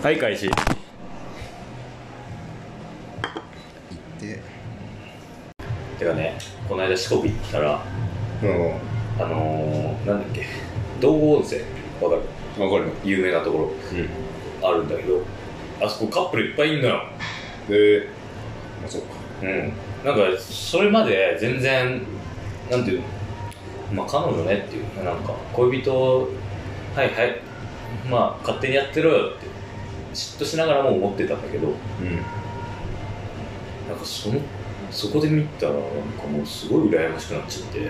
はい開始。行っててかね、この間四国行ったらなんだっけ、道後温泉わかる？ わかるよ。 有名なところ、あるんだけど、あそこカップルいっぱいいるのよ。 まあそうか。 なんかそれまで全然なんていうの、まあ彼女ねっていう、なんか恋人はいはいまあ勝手にやってろよって嫉妬しながらも思ってたんだけど、なんかそこで見たらなんかもうすごい羨ましくなっちゃって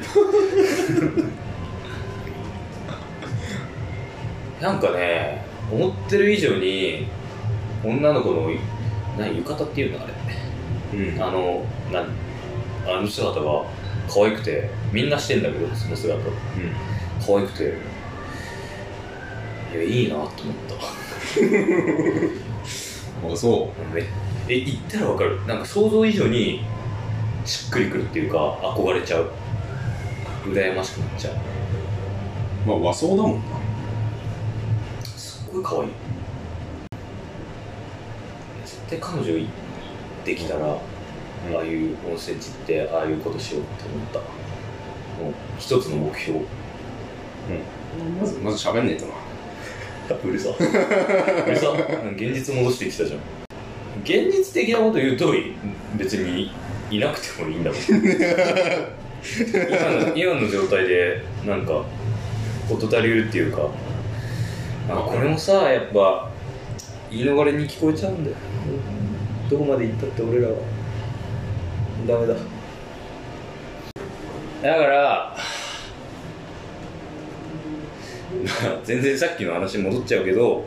なんかね、思ってる以上に女の子の浴衣っていうのあれ、あの姿が可愛くて、みんなしてんだけどその姿、可愛くて、いいなと思ったあ、そう。 言ったらわかる。なんか想像以上にしっくりくるっていうか、憧れちゃう、羨ましくなっちゃう。 まあ和装だもんな。 すっごい可愛い。絶対彼女できたら、ああいう温泉地ってああいうことしようって思った。もう一つの目標。 まず喋んねえとな。 うるさうるさ現実戻してきたじゃん。現実的なこと言うと別にいなくてもいいんだもん今の状態でなんか事足りるっていうか、これもさ、やっぱ言い逃れに聞こえちゃうんだよ。どこまで行ったって俺らはダメだ。だから全然さっきの話に戻っちゃうけど、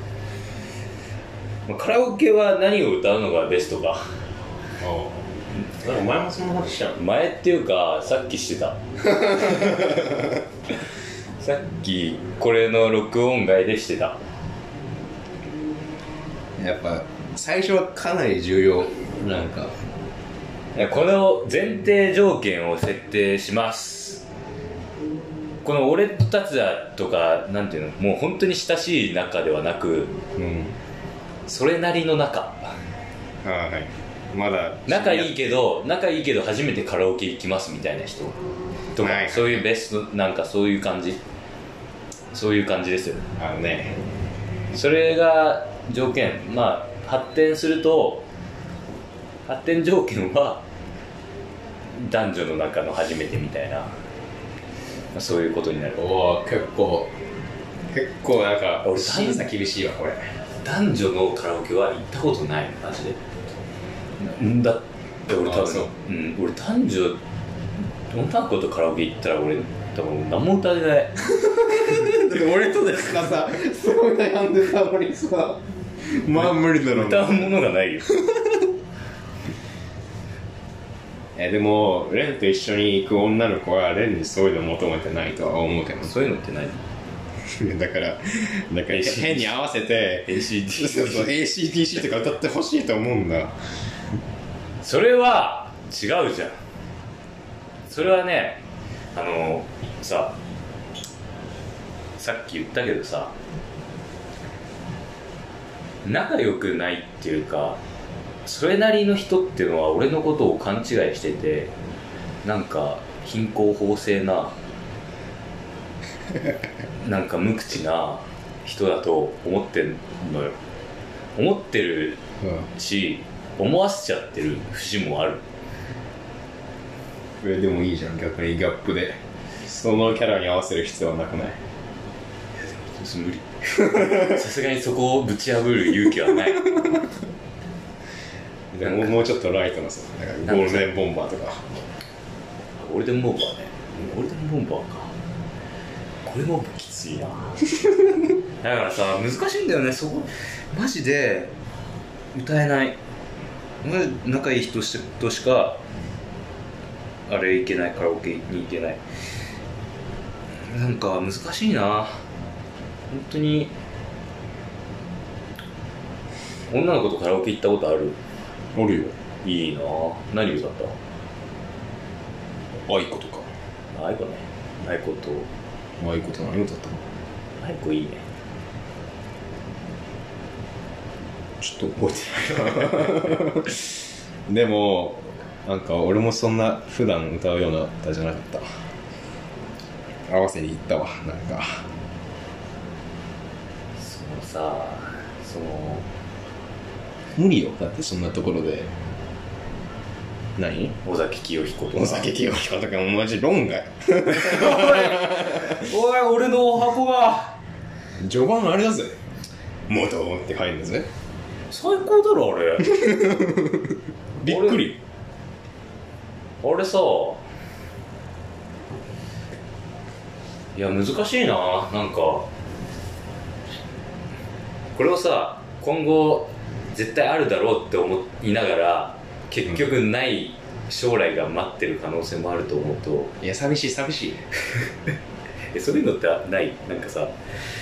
カラオケは何を歌うのがベストか。 お前もそんな話しちゃう。 前っていうかさっきしてたさっきこれの録音外でしてた。 やっぱ最初はかなり重要。なんかこの前提条件を設定します。この俺と達也とかなんていうの、もう本当に親しい仲ではなく、それなりの仲。 はい。まだ仲いいけど初めてカラオケ行きますみたいな人とか、そういうベスト、なんかそういう感じですよ。それが条件。まあ発展条件は男女の中の初めてみたいな、そういうことになる。 結構なんか審査厳しいわこれ。 男女のカラオケは行ったことないマジで。だって俺多分、俺男女女の子とカラオケ行ったら俺多分何も歌えない俺とですかさ、すごい悩んでたのにさ、まあ無理だろうな。 歌うものがないよでもレンと一緒に行く女の子はレンにそういうの求めてないとは思うけど。 そういうのって何だから変に合わせて ACDC とか歌ってほしいと思うんだ。 それは違うじゃん。それはね、さっき言ったけどさ、仲良くないっていうか、それなりの人っていうのは俺のことを勘違いしてて、なんか貧困法制ななんか無口な人だと思ってんのよ。思ってるし、思わせちゃってる節もある。 でもいいじゃん、逆にギャップでそのキャラに合わせる必要はなくない？ 無理さすがにそこをぶち破る勇気はないでもうちょっとライトなさ、ゴールデンボンバーとか。 ゴールデンボンバーね。ゴールデンボンバーか。これもきついなだからさ、難しいんだよね、そこマジで歌えない。仲いい人としかあれいけない、カラオケに行けない。なんか難しいな本当に。女の子とカラオケ行ったことある？ おるよ。 いいな。何歌った？ 愛子とか。 愛子ね。愛子と何歌ったの？ 愛子いいね。 ちょっと覚えてないなでもなんか俺もそんな普段歌うような歌じゃなかった。合わせに行ったわ。なんかさ、その無理よ。だってそんなところで何尾崎清彦とか尾崎清彦とかもマジ論外おい俺のお箱が序盤あれだぜ、元って入るんだぜ。 最高だろあれびっくり。 あれさ、いや難しいな。なんかこれをさ今後絶対あるだろうって思いながら結局ない将来が待ってる可能性もあると思うと、 いや寂しい寂しいそういうのってない？なんかさ、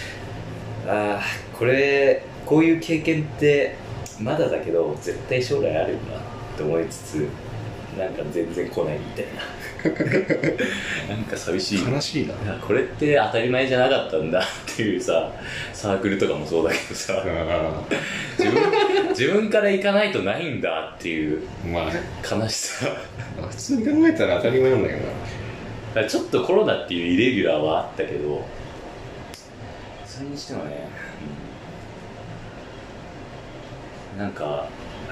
こういう経験ってまだだけど絶対将来あるよなって思いつつなんか全然来ないみたいななんか寂しい。 悲しいな。 これって当たり前じゃなかったんだっていうさ、サークルとかもそうだけどさ自分から行かないとないんだっていう悲しさ普通に考えたら当たり前なんだけどな。 だからちょっとコロナっていうイレギュラーはあったけど、それにしてもね、なんか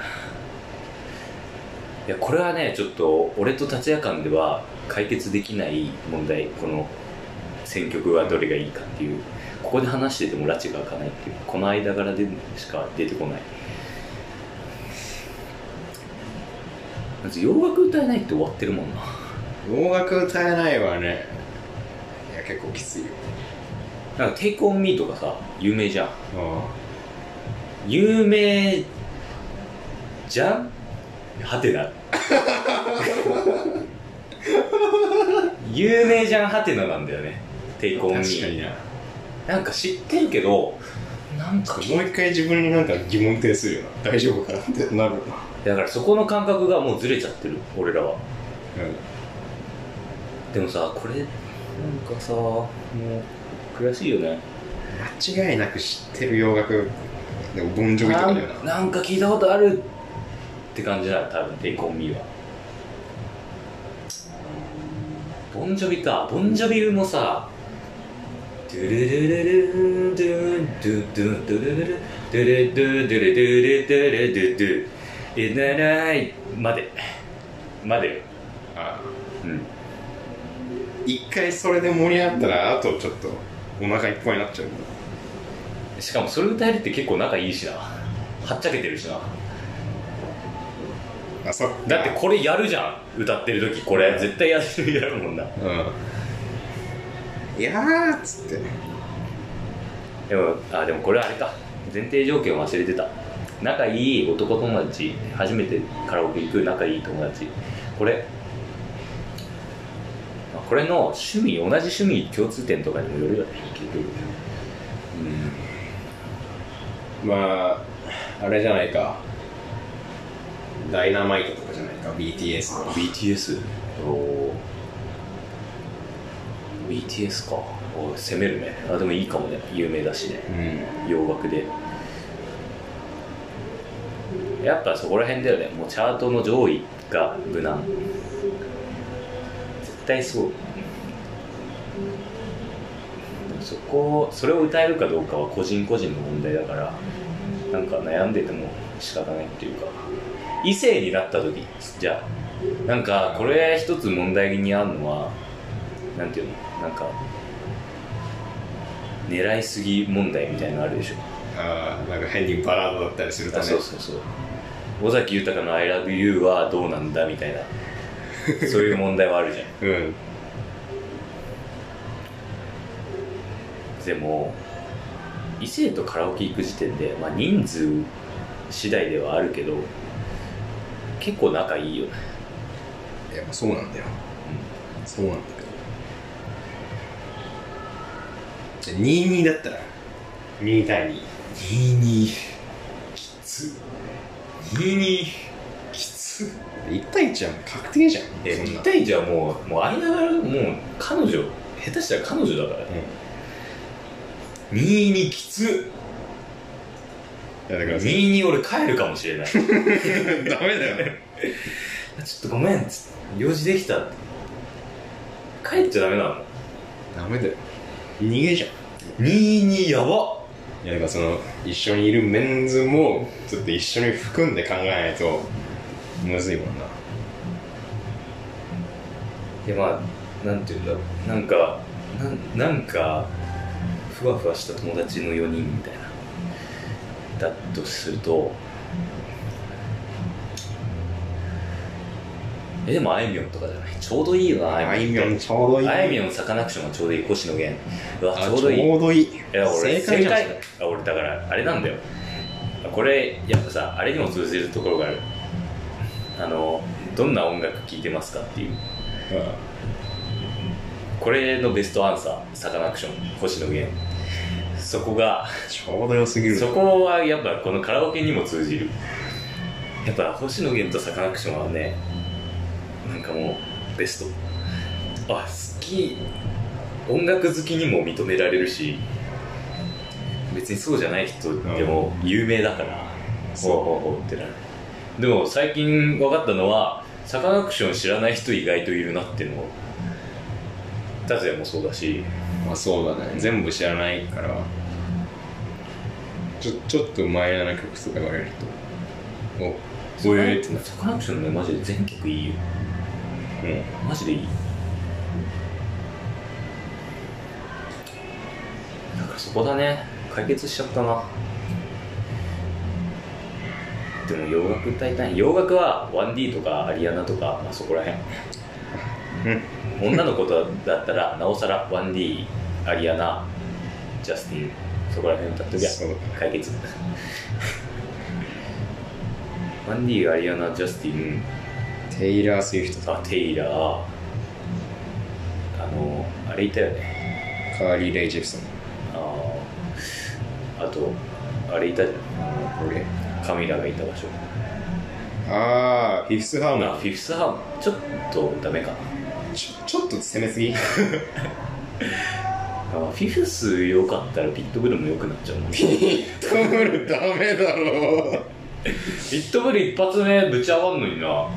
いやこれはねちょっと俺と達也間では解決できない問題。この選曲はどれがいいかっていう、ここで話してても拉致が開かないっていう、この間柄でしか出てこない。まず洋楽歌えないって終わってるもんな。 洋楽歌えないわね。いや結構きついよ。 なんか Take on Me とかさ有名じゃん。有名じゃんはてな有名じゃんはてななんだよね。Take on Me。 確かにな。 なんか知ってるけどなんかもう一回自分になんか疑問呈するよな。大丈夫かなってなるな。 だからそこの感覚がもうずれちゃってる俺らは。でもさこれなんかさもう悔しいよね。 間違いなく知ってる洋楽でもボンジョビとかだよな。 なんか聞いたことあるって感じだよ多分Take on Meは。ボンジョビか。ボンジョビもさドゥルルルルドゥドゥドゥドゥルルルドゥルドゥドゥルドゥルドゥルドゥドゥいらないまでよ。 一回それで盛り上がったらあとちょっとお腹いっぱいになっちゃう。 しかもそれ歌えるって結構仲いいしな。はっちゃけてるしな。だってこれやるじゃん歌ってる時。これ絶対やるもんな。 いやーっつって。 でもこれあれか、前提条件を忘れてた。仲いい男友達、初めてカラオケ行く仲いい友達、これの趣味、同じ趣味共通点とかにもよるよね結局。 まああれじゃないか、ダイナマイトとかじゃないか。 BTS の BTS か。攻めるね。でもいいかもね、有名だしね、洋楽で。やっぱそこら辺だよね。もうチャートの上位が無難、絶対そう。それを歌えるかどうかは個人個人の問題だから、なんか悩んでても仕方ないっていうか。異性になった時じゃあなんかこれ一つ問題にあるのはなんていうの、なんか狙いすぎ問題みたいなのあるでしょ。 なんか変にバラードだったりするとね。 そう尾崎豊の I love you はどうなんだみたいなそういう問題はあるじゃん。でも異性とカラオケ行く時点で、人数次第ではあるけど結構仲いいよね。 いやそうなんだよ、そうなんだけど、22だったら2対2。 22きつ。22きつ。 1対1はもう確定じゃん。 1対1はもう間柄もう彼女、下手したら彼女だからね。22きつ。 いやだから 22俺帰るかもしれないダメだよちょっとごめんっつって用事できたって帰っちゃダメなの。 ダメだよ逃げじゃん。 22やば。 いやだからその一緒にいるメンズもちょっと一緒に含んで考えないとむずいもんな。 いやまあなんていうんだろう、なんかふわふわした友達の4人みたいなだとすると、でもあいみょんとかじゃない、ちょうどいいよな。 あいみょんちょうどいい。 あいみょんサカナクションがちょうどいい。星野源うわちょうどいい。 ちょうどいい。 いや俺正解じゃん。 俺だからあれなんだよ、これやっぱさあれにも通じるところがある。どんな音楽聴いてますかっていう、これのベストアンサーサカナクション星野源、そこがちょうど良すぎる。 そこはやっぱこのカラオケにも通じる。やっぱ星野源とサカナクションはね、なんかもうベスト。あ、好き、音楽好きにも認められるし、別にそうじゃない人でも有名だから、ほうほうほうってなる。でも最近分かったのはサカナクション知らない人意外といるなっていうのを、達也もそうだし。 まあそうだね、全部知らないからちょっとマイナーな曲とか言われるとおってなる。 サカナクションのねマジで全曲いいよ。マジでいい。だからそこだね、解決しちゃったな。でも洋楽歌いたい。洋楽は 1D とかアリアナとか、まあ、そこらへん、女の子だったらなおさら 1D アリアナジャスティン、そこらへん歌っときゃ解決1D アリアナジャスティン、 テイラー・スウィフトとかテイラー、あれいたよね、 カーリー・レイ・ジェプソン、 あとあれいたじゃん、 俺カミラがいた場所。 あーフィフスハーモニー。 フィフスハーモニーちょっとダメかな。 ちょっと攻めすぎフィフス良かったらピットブルも良くなっちゃうもん。 ピットブルダメだろピットブル一発目ぶち上がんのにな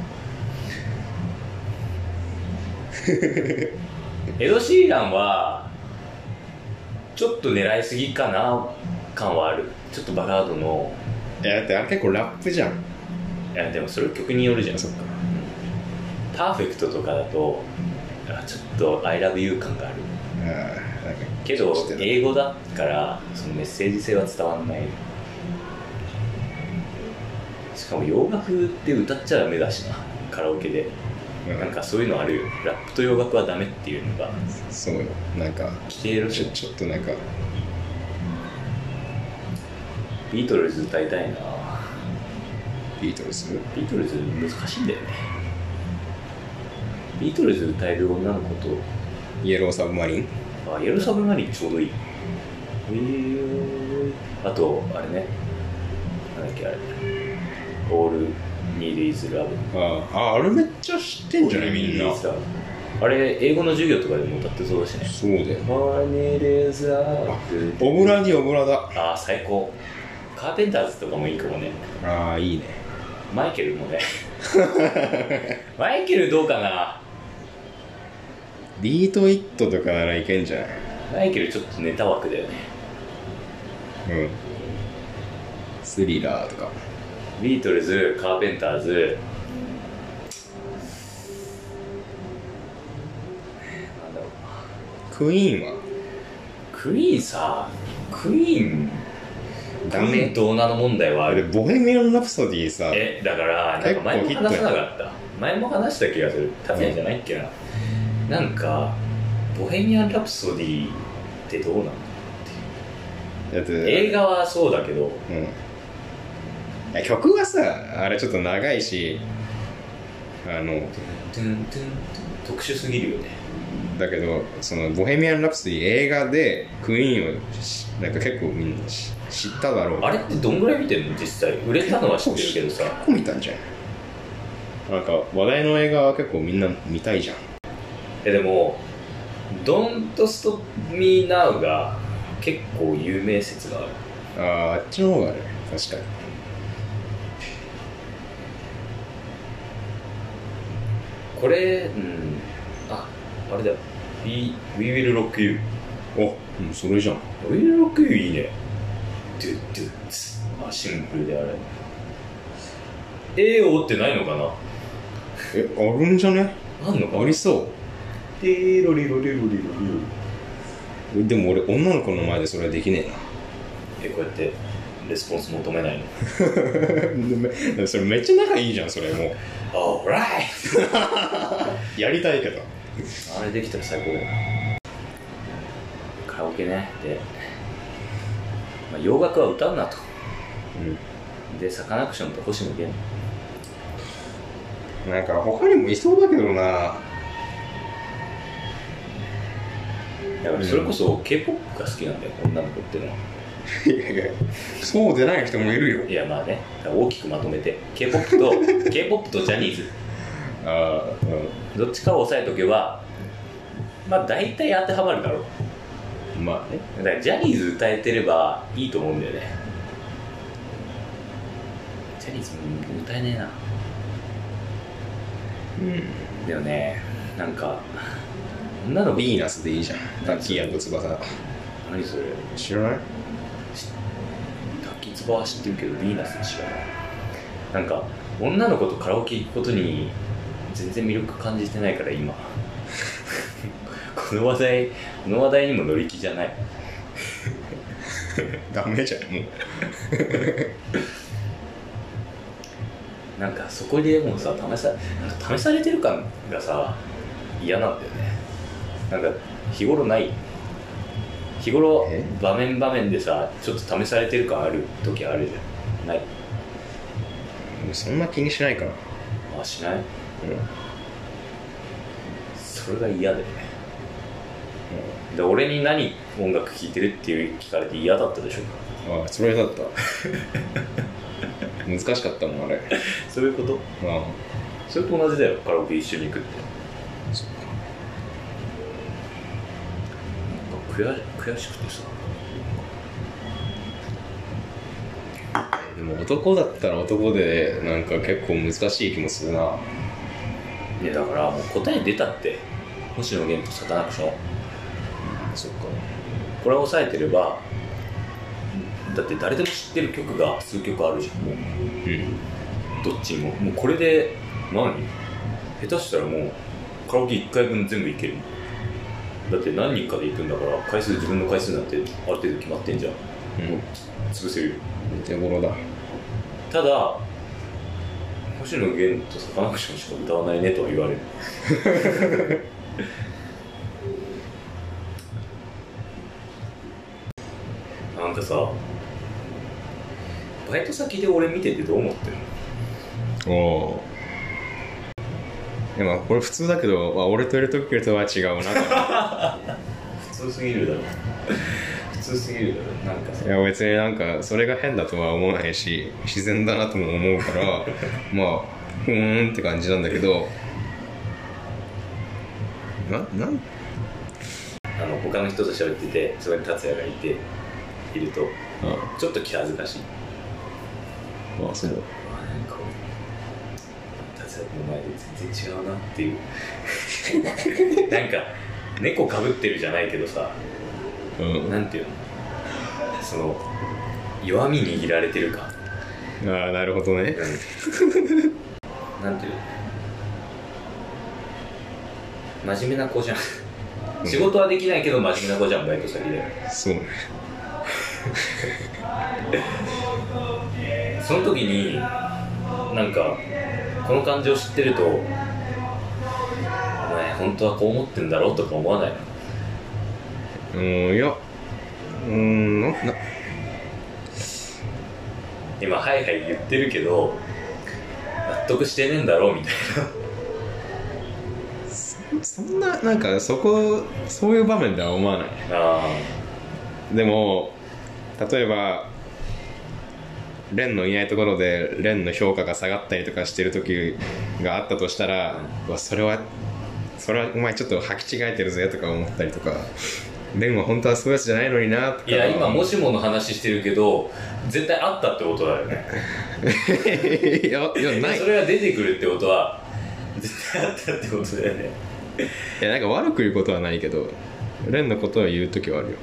エド・シーランはちょっと狙いすぎかな感はある。ちょっとバラードの、 いやだってあれ結構ラップじゃん。 いやでもそれ曲によるじゃん。 そっか。 パーフェクトとかだとちょっと I love you 感がある。 なんかけど英語だからそのメッセージ性は伝わんない。しかも洋楽って歌っちゃダメだしな、カラオケで。なんかそういうのあるよ。ラップと洋楽はダメっていうのがそうよ。なんか規定のちょっとなんかビートルズ歌いたいな。 ビートルズ難しいんだよね。ビートルズ歌える女の子とイエローサブマリン、 イエローサブマリンちょうどいい。あとあれね、なんだっけあれ、オールニーディーズラブ。 あれめっちゃ知ってんじゃないみんな。 あれ英語の授業とかでも歌ってそうだしね。 そうだよ。 オブラにオブラだ。 最高。カーペンターズとかもいいかもね。 いいね。 マイケルもねマイケルどうかな。 ビートイットとかならいけんじゃない。 マイケルちょっとネタ枠だよね。 スリラーとか。 ビートルズ、カーペンターズ、なんだろうな。 クイーンはクイーンダメ。どうなの問題はある。 ボヘミアン・ラプソディさ、 だからなんか前も話さなかった。前も話した気がする。達也じゃないっけな。なんかボヘミアン・ラプソディってどうなのって。映画はそうだけど、 曲はさあれちょっと長いし特殊すぎるよね。 だけどそのボヘミアン・ラプソディ映画でクイーンをなんか結構みんな知っただろう。 あれってどんぐらい見てるの実際。売れたのは知ってるけどさ。 結構見たんじゃん。なんか話題の映画は結構みんな見たいじゃん。 でも Don't Stop Me Now が結構有名説がある。 あっちの方がね。 確かに。 これ、あれだよ。We will rock you。 お、それじゃん。 We will rock you いいね。ドゥドゥツ。シンプルであれ。AO ってないのかな？ あるんじゃね？ あんのかな？ ありそう。 でロリロリロリロリ。でも俺、女の子の前でそれはできねえな。こうやってレスポンス求めないの。それめっちゃ仲いいじゃん、それもう。 Alright! やりたいけど。 あれできたら最高だよな。カラオケね。で、洋楽は歌うなと。で、サカナクションと星野源。 なんか他にもいそうだけどな。 だからそれこそ K-POP が好きなんだよ、女の子っていうのは。 いやいや、そうでない人もいるよ。 いやまあね、大きくまとめて K-POP とK-POP とジャニーズ、どっちかを押さえとけば、まあ大体当てはまるだろう。 まあね。 だからジャニーズ歌えてればいいと思うんだよね。ジャニーズも歌えねえな。でもね、なんか女の子ヴィーナスでいいじゃん。タッキー&翼。 何それ？ 知らない？ タッキーツバは知ってるけどヴィーナス知らない。なんか女の子とカラオケ行くことに全然魅力感じてないから今この話題にも乗り気じゃないダメじゃんもうなんかそこでもうさ試されてる感がさ嫌なんだよね。なんか日頃場面場面でさちょっと試されてる感ある時あるじゃん。ない？ そんな気にしないから。 あ、しない？それが嫌だよね。で俺に何音楽聴いてるっていう聞かれて嫌だったでしょ。 ああ、それだった難しかったもんあれ。 そういうこと？それと同じだよ、カラオケ一緒に行くって。 そっか。 なんか悔しくてさ。 でも男だったら男でなんか結構難しい気もするな。 いやだからもう答え出たって。星野源とサカナクション。 そっか。 これを押さえてれば、だって誰でも知ってる曲が数曲あるじゃん。もうどっちももうこれで下手したらもうカラオケ1回分全部いける。だって何人かで行くんだから自分の回数なんてある程度決まってんじゃん。もう潰せるよ。 手頃だ。 ただ星野源とサカナクションしか歌わないねとは言われるなんかさ、バイト先で俺見ててどう思ってるの？ おお。でもこれ普通だけど、俺といる時とは違うな普通すぎるだろ普通すぎるだろ。なんかさ、 いや別になんかそれが変だとは思わないし自然だなとも思うからまあふーんって感じなんだけど他の人と喋っててそこに達也がいるとちょっと気恥ずかしい。 ああそう。 なんか達也の前で全然違うなっていうなんか猫かぶってるじゃないけどさ、なんていうの、その弱み握られてる感。 ああなるほどね、 なんていうの、真面目な子じゃん仕事はできないけど真面目な子じゃん、バイト先で。 そうねその時になんかこの感じを知ってると、お前本当はこう思ってんだろうとか思わないの？ いや今はいはい言ってるけど納得してねえんだろうみたいなそんななんかそういう場面では思わない。でも例えばレンのいないところでレンの評価が下がったりとかしてる時があったとしたら、それはお前ちょっと履き違えてるぜとか思ったりとかレンは本当はそういうやつじゃないのになとか。 いや今もしもの話してるけど絶対あったってことだよねいやない。 それが出てくるってことは絶対あったってことだよね。 いやなんか悪く言うことはないけど、レンのことは言うときはあるよ。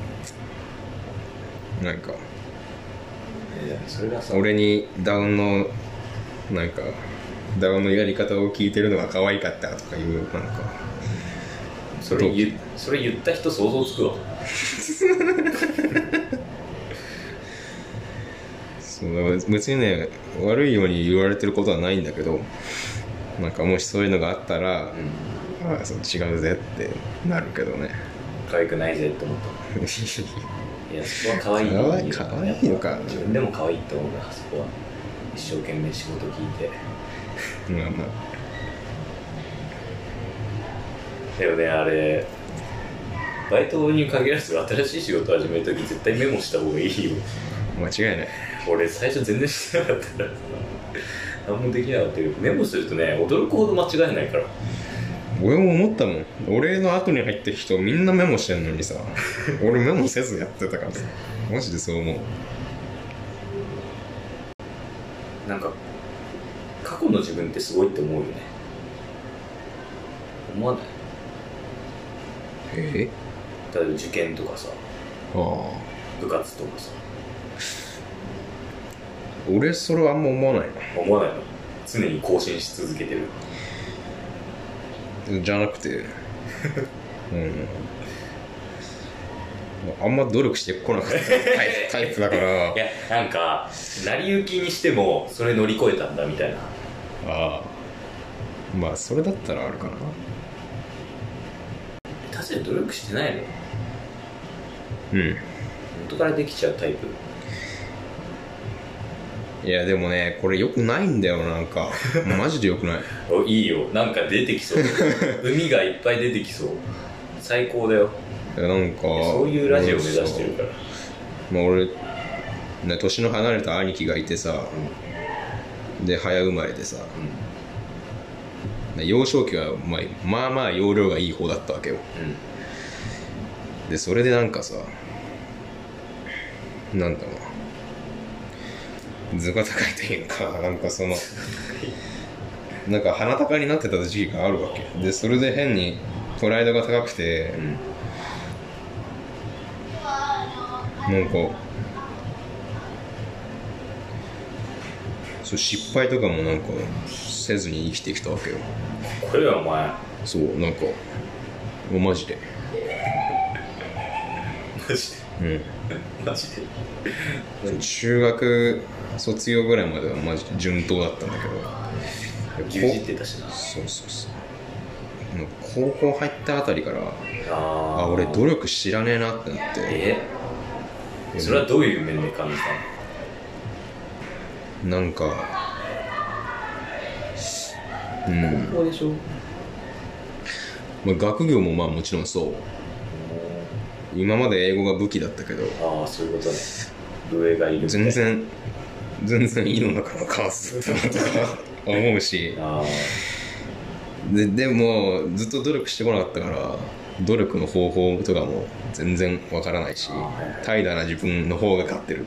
なんかそれがさ、 俺にダウンのなんかダウンのやり方を聞いてるのが可愛かったとかいう、なんかそれ言った人想像つくわそう別にね悪いように言われてることはないんだけど、なんかもしそういうのがあったら、ああそう違うぜってなるけどね。 可愛くないぜって思ったいやそこは可愛い可愛いのか。 自分でも可愛いって思うから、そこは一生懸命仕事聞いてまあまあでもね、あれバイトに限らず新しい仕事始めるとき絶対メモした方がいいよ。 間違いない。 俺最初全然してなかったからさ何もできなかったけど、メモするとね驚くほど間違えないから。 俺も思ったもん。俺の後に入った人みんなメモしてんのにさ俺メモせずやってたからさ、マジでそう思う。 なんか過去の自分ってすごいって思うよね。思わない？例えば受験とかさ、部活とかさ。 俺それはあんま思わないな。 思わないの？常に更新し続けてるじゃなくてあんま努力してこなかったタイプだから。 いやなんか成り行きにしてもそれ乗り越えたんだみたいな。 ああまあそれだったらあるかな。 確かに努力してないの？元からできちゃうタイプ？ いやでもねこれ良くないんだよ。なんかマジで良くないいいよ、なんか出てきそう海がいっぱい出てきそう。最高だよ。 なんかそういうラジオ目指してるから。 まあ俺ね年の離れた兄貴がいてさ、で早生まれでさ、幼少期はまあまあ容量がいい方だったわけよ、でそれでなんかさなんだろう図が高いというか、なんかそのなんか鼻高になってた時期があるわけで、それで変にプライドが高くて、なんかそう失敗とかもなんかせずに生きてきたわけよ。 これはお前そうなんかもうマジでマジでマジで中学卒業ぐらいまではマジで順当だったんだけど、 牛耳ってたしな。 そうなんか高校入ったあたりからあ俺努力知らねえなってなって。 それはどういう面で感じたの？ なんか高校でしょ？ まあ、学業もまあもちろんそう。今まで英語が武器だったけど、 ああそういうことね。上がいるみたいな。 全然いいの中のカースだなとか思うしでもずっと努力してこなかったから努力の方法とかも全然わからないし、怠惰な自分の方が勝ってる。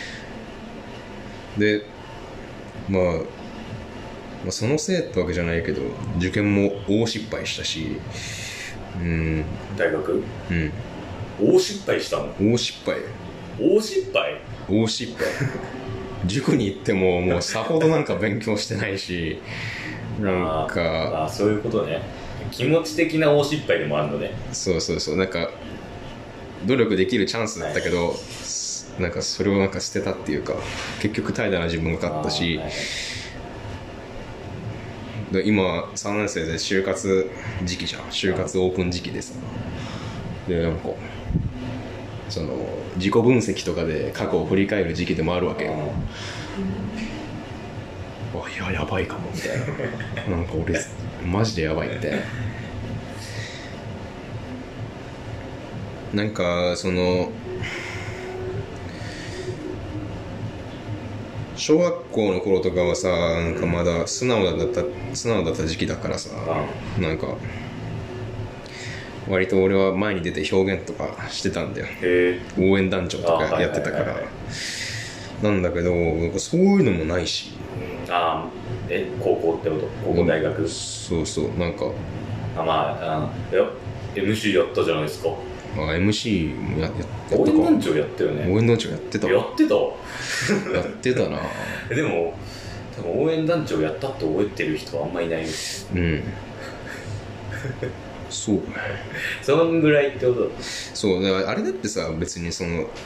でまあそのせいってわけじゃないけど受験も大失敗したし、 大学？大失敗したの？ 大失敗塾に行ってもうさほどなんか勉強してないしなんかそういうことね。気持ち的な大失敗でもあるのね。 そうなんか努力できるチャンスだったけど、なんかそれをなんか捨てたっていうか結局怠惰な自分が勝ったし、で今3年生で就活時期じゃん。就活オープン時期でさ、でなんかその自己分析とかで過去を振り返る時期でもあるわけよ。いややばいかもみたいななんか俺マジでやばいみたいな。なんかその小学校の頃とかはさなんかまだ素直だった時期だからさ、なんか割と俺は前に出て表現とかしてたんだよ。応援団長とかやってたから、なんだけどそういうのもないし。 高校ってこと？高校大学？ そうそうなんか MC やったじゃないですか。 MC もやったか。 応援団長やったよね。 応援団長やってたわ。 やってたやってたなでも多分応援団長やったって覚えてる人はあんまいないよ。 そうそのぐらいってことだ。 そうだからあれだってさ、別にそのなんか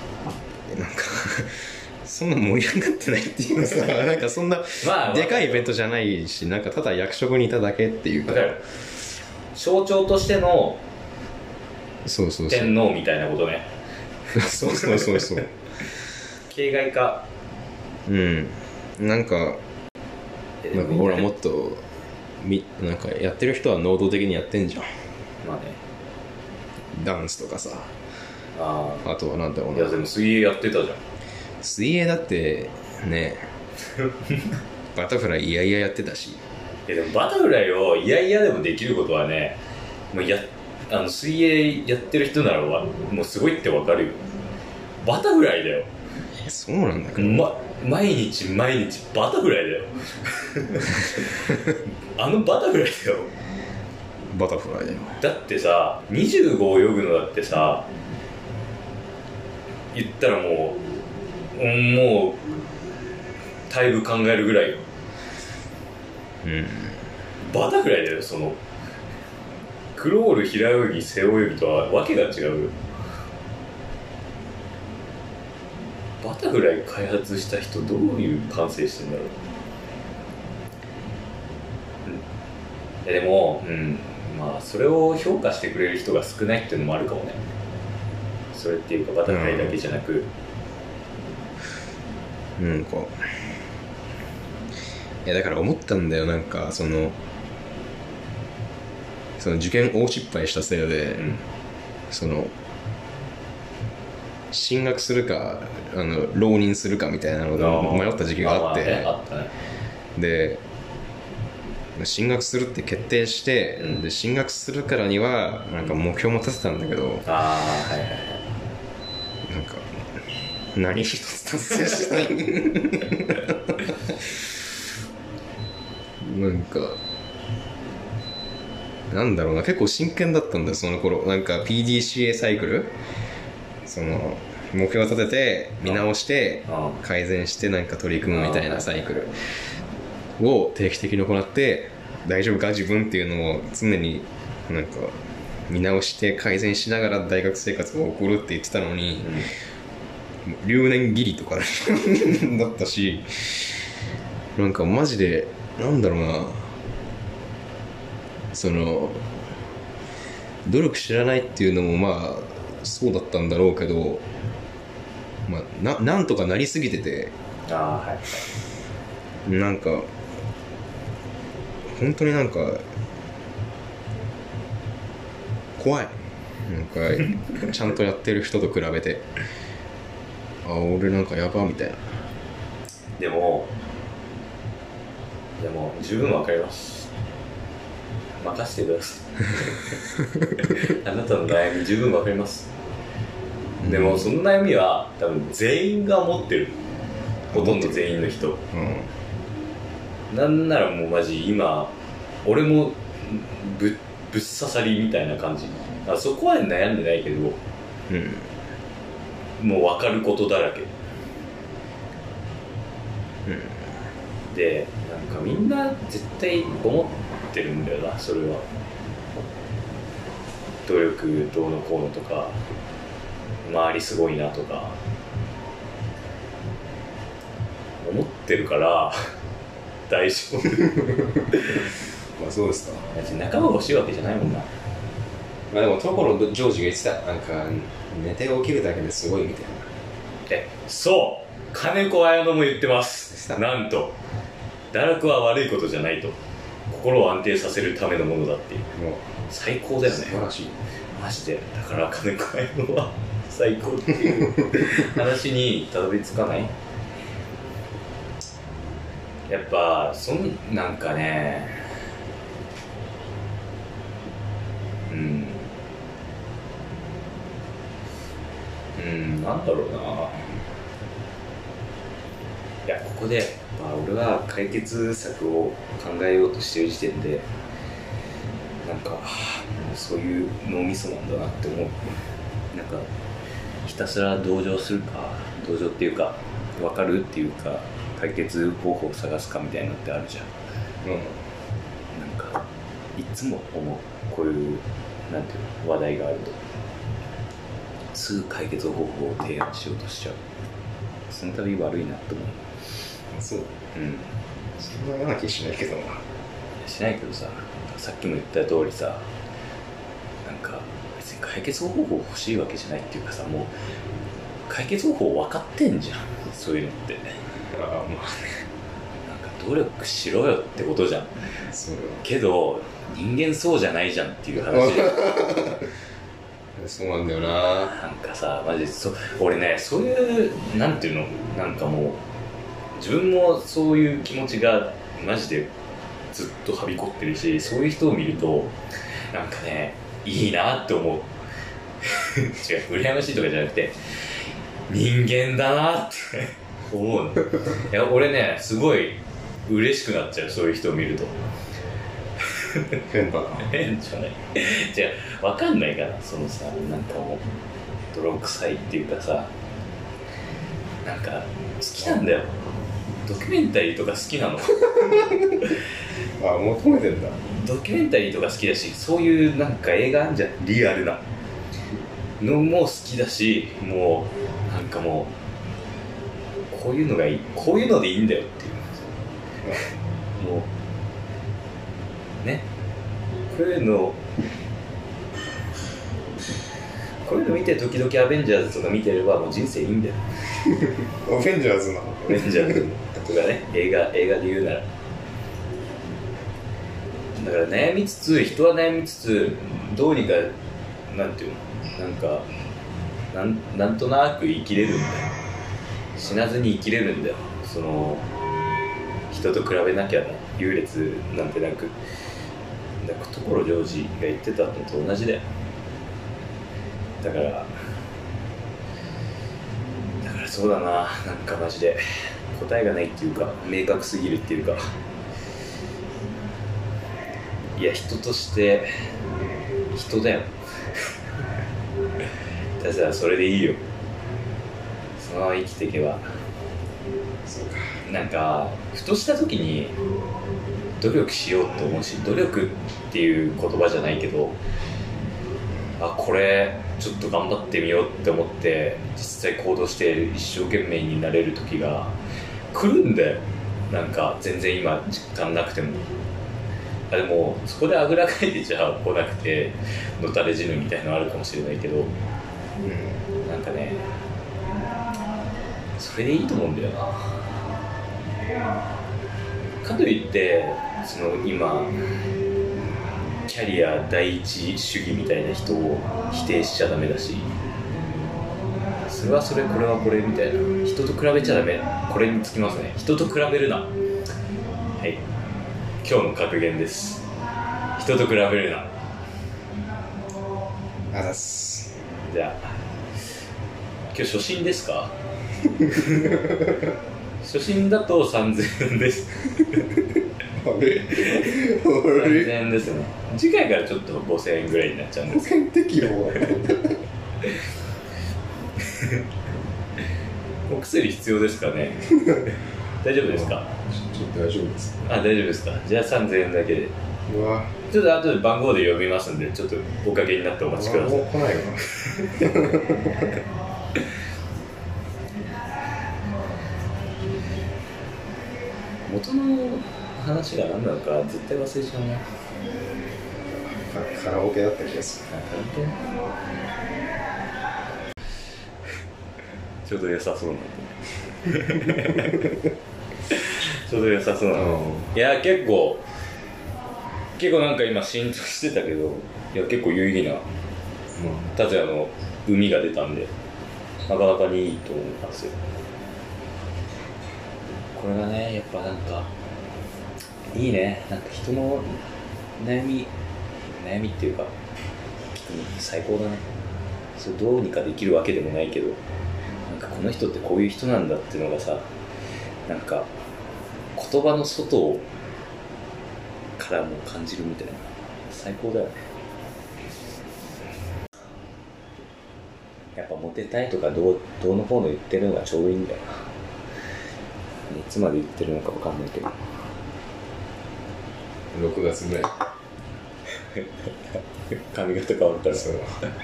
そんな盛り上がってないっていうかさなんかそんなでかいイベントじゃないし、なんかただ役職にいただけっていうか、 象徴としてのそう天皇みたいなことね。 そう形骸化。 なんかほらもっとなんかやってる人は能動的にやってんじゃん。 まあね、 ダンスとかさ、あとはなんだろうな。 いやでも水泳やってたじゃん。 水泳だってねバタフライいやいややってたし。 でもバタフライをいやいやでもできることはね、もう水泳やってる人ならもうすごいってわかるよ。バタフライだよ。 そうなんだけど、 毎日バタフライだよバタフライだよ。 バタフライだよ。 だってさ、25を泳ぐのだってさ、言ったらもうだいぶ考えるぐらいよ。バタフライだよ。そのクロール、平泳ぎ、背泳ぎとはわけが違うよ。バタフライ開発した人どういう感性してんだろう。でもまあそれを評価してくれる人が少ないっていうのもあるかもね。それっていうかバタフライだけじゃなく、 なんかだから思ったんだよ。なんかその受験大失敗したせいで、その進学するか浪人するかみたいなので迷った時期があって、で進学するって決定して、で進学するからにはなんか目標も立てたんだけど、なんか何一つ達成しないなんかなんだろうな、結構真剣だったんだよその頃。なんか PDCA サイクル、その目標を立てて見直して改善してなんか取り組むみたいなサイクルを定期的に行って、大丈夫か自分っていうのを常になんか見直して改善しながら大学生活を送るって言ってたのに、留年ギリとかだったし、なんかマジでなんだろうな、その努力知らないっていうのもまあそうだったんだろうけど、なんとかなりすぎてて、なんか本当になんか怖い。なんかちゃんとやってる人と比べて俺なんかやばみたいな。 でも十分わかります。任せてくださいあなたの悩み十分わかります。でもその悩みは多分全員が持ってる。ほとんど全員の人、なんならもうマジ今俺もぶっ刺さりみたいな感じ。そこは悩んでないけど、もう分かることだらけ、でなんかみんな絶対思ってるんだよな、それは。努力どうのこうのとか、周りすごいなとか思ってるから大丈夫まあそうですか。 仲間が欲しいわけじゃないもんな。 まあでも所ジョージが言ってた、なんか寝て起きるだけですごいみたいな。 そう金子綾乃も言ってます。なんと堕落は悪いことじゃないと、心を安定させるためのものだっていう。もう最高だよね。 素晴らしいマジで。だから金子綾乃は最高っていう話にたどり着かない。やっぱなんかね、 なんだろうな。いや、ここで、俺は解決策を考えようとしてる時点でなんかそういう脳みそなんだなって思う。なんかひたすら同情するか、同情っていうか分かるっていうか解決方法を探すかみたいなのってあるじゃん。なんかいつも思う、こういうなんていうの話題があるとすぐ解決方法を提案しようとしちゃう。その度悪いなって思う。 そう。 うん。 そんなような気しないけどな。 しないけどさ、さっきも言った通りさ、なんか別に解決方法欲しいわけじゃないっていうかさ、もう解決方法分かってんじゃん、そういうのって。 ああ、まあね。 なんか努力しろよってことじゃん。 そうけど人間そうじゃないじゃんっていう話。 そうなんだよな。 なんかさ、マジで俺ね、そういうなんていうの、なんかもう自分もそういう気持ちがマジでずっとはびこってるし、そういう人を見るとなんかね、いいなって思う。違う、羨ましいとかじゃなくて人間だなって思うの。いや、俺ね、すごい嬉しくなっちゃう、そういう人を見ると。 変だな。 変じゃない。じゃあ分かんないから、そのさ、なんかもう泥臭いっていうかさ、なんか好きなんだよ、ドキュメンタリーとか好きなの。 あ、求めてんだ。 ドキュメンタリーとか好きだし、そういうなんか映画あんじゃん、リアルなのも好きだし、もうなんかもうこういうのがいい、こういうのでいいんだよっていう、もうね、こういうの見て時々アベンジャーズとか見てればもう人生いいんだよ。 アベンジャーズなの。 アベンジャーズとかね、映画で言うなら。だから悩みつつ、人は悩みつつ、どうにかなんていうの、なんかなんとなく生きれるんだよ。死なずに生きれるんだよ。その人と比べなきゃ優劣なんてなく、所ジョージが言ってたのと同じだよ。だからそうだな、なんかマジで答えがないっていうか、明確すぎるっていうか、いや、人として人だよ。だからそれでいいよ。そのまま生きていけば。 そうか。 なんかふとした時に努力しようって思うし、努力っていう言葉じゃないけど、あ、これちょっと頑張ってみようって思って実際行動して一生懸命になれる時が来るんだよ。なんか全然今実感なくても。でもそこであぐらかいてじゃあ来なくてのたれ死ぬみたいなのあるかもしれないけど、なんかね、それでいいと思うんだよな。かといってその今キャリア第一主義みたいな人を否定しちゃダメだし、それはそれ、これはこれみたいな、人と比べちゃダメ。これにつきますね、人と比べるな。はい、今日の格言です。人と比べるな。 あざっす。 じゃあ今日初心ですか？初心だと3000円です。 あれ 3000円ですね。次回からちょっと5000円ぐらいになっちゃうんですけど。 保険適用はお薬必要ですかね？大丈夫ですか？ ちょっと大丈夫です。 あ、大丈夫ですか？じゃあ3000円だけで。 うわ、 ちょっと後で番号で呼びますんで、ちょっとおかけになってお待ちください。 もう来ないよな。 元の話が何なのか絶対忘れちゃうな。 カラオケだった気がする。 ちょうど良さそうなんで。ちょうど良さそうなんで。いや、結構なんか今シーンとしてたけど、いや結構有意義な達也の海が出たんで、なかなかにいいと思いますよ。これがね、やっぱなんかいいね。なんか人の悩みっていうか、最高だね。それどうにかできるわけでもないけど、 この人ってこういう人なんだっていうのがさ、なんか言葉の外からも感じるみたいな、最高だよね。やっぱモテたいとかどうの方の言ってるのがちょうどいいんだよな。いつまで言ってるのかわかんないけど。 6月ぐらい髪型変わるからそう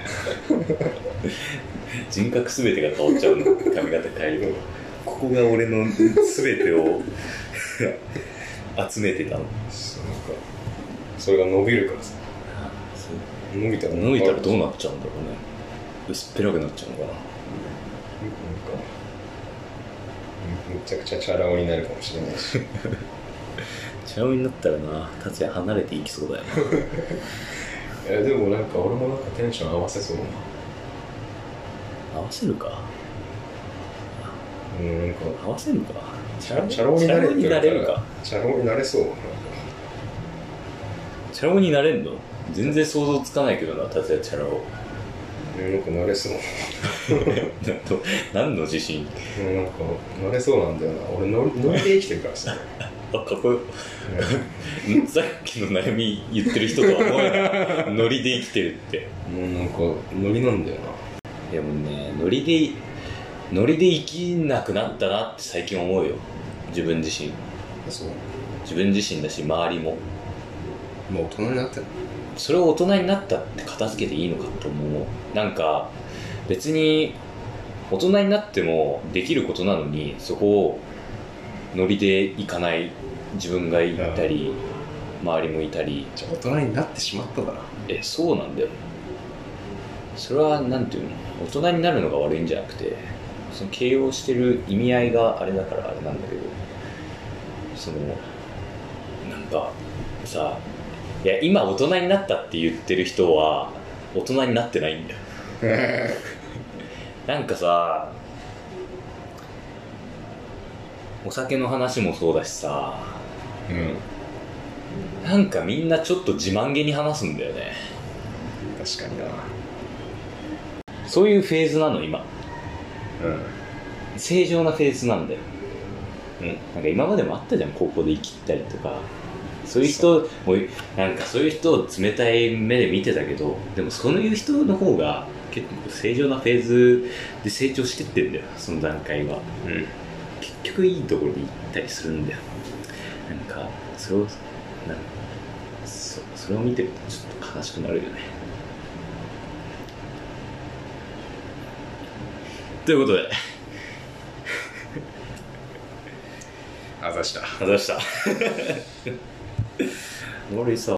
人格すべてが変わっちゃうの。髪型変えるとここが俺のすべてを集めてたの。 そう、なんかそれが伸びるからさ。伸びたらどうなっちゃうんだろうね。薄っぺらくなっちゃうのかな。 なんかめちゃくちゃチャラ男になるかもしれないしチャラ男になったらな、達也離れていきそうだよな。 でもなんか俺もなんかテンション合わせそうな。 合わせるか。 なんか合わせるか。 チャラ男になれるか。チャラ男になれそう。なんかチャラ男になれんの？全然想像つかないけどな、達也チャラ男。 なんかなれそう何の自信？ なんかなれそうなんだよな。俺ノリで生きてるからさあ、かっこよ、さっきの悩み言ってる人とは思えない。ノリで生きてるって。 もうなんかノリなんだよな。 でもね、ノリで生きなくなったなって最近思うよ。自分自身。 そう。 自分自身だし、周りも。 もう大人になってる。 それを大人になったって片付けていいのかと思う。なんか別に大人になってもできることなのに、そこをノリでいかない自分がいたり、周りもいたり。 じゃあ大人になってしまっただろ。 そうなんだよ。それはなんていうの、大人になるのが悪いんじゃなくて、その形容してる意味合いがあれだからあれなんだけど、そのなんかさ、いや今大人になったって言ってる人は大人になってないんだよなんかさ、お酒の話もそうだしさ、なんかみんなちょっと自慢げに話すんだよね。 確かにな。 そういうフェーズなの今。正常なフェーズなんだよ。なんか今までもあったじゃん、高校で生きったりとか。そういう人もなんかそういう人を冷たい目で見てたけど、でもそういう人の方が結構正常なフェーズで成長してってんだよ、その段階は。結局いいところに行ったりするんだよ。なんかそれを見てるとちょっと悲しくなるよね。ということであざした。 俺さ